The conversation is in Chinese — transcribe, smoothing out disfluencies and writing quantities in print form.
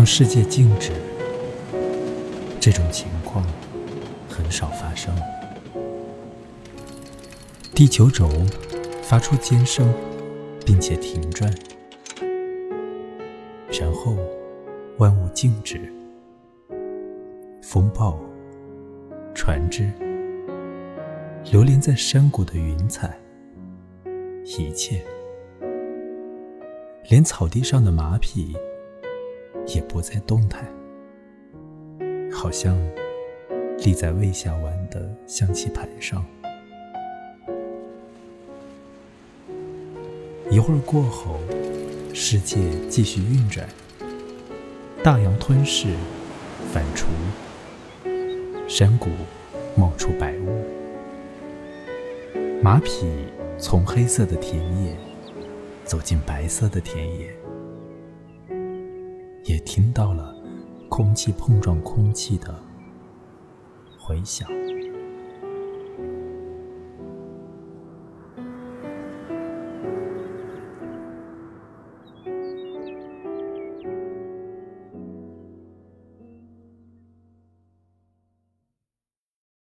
世界静止，这种情况很少发生。地球轴发出尖声，并且停转，然后万物静止。风暴、船只、流连在山谷的云彩，一切，连草地上的马匹也不再动弹，好像立在未下完的象棋盘上。一会儿过后，世界继续运转，大洋吞噬，反刍，山谷冒出白雾，马匹从黑色的田野走进白色的田野，也听到了空气碰撞空气的回响。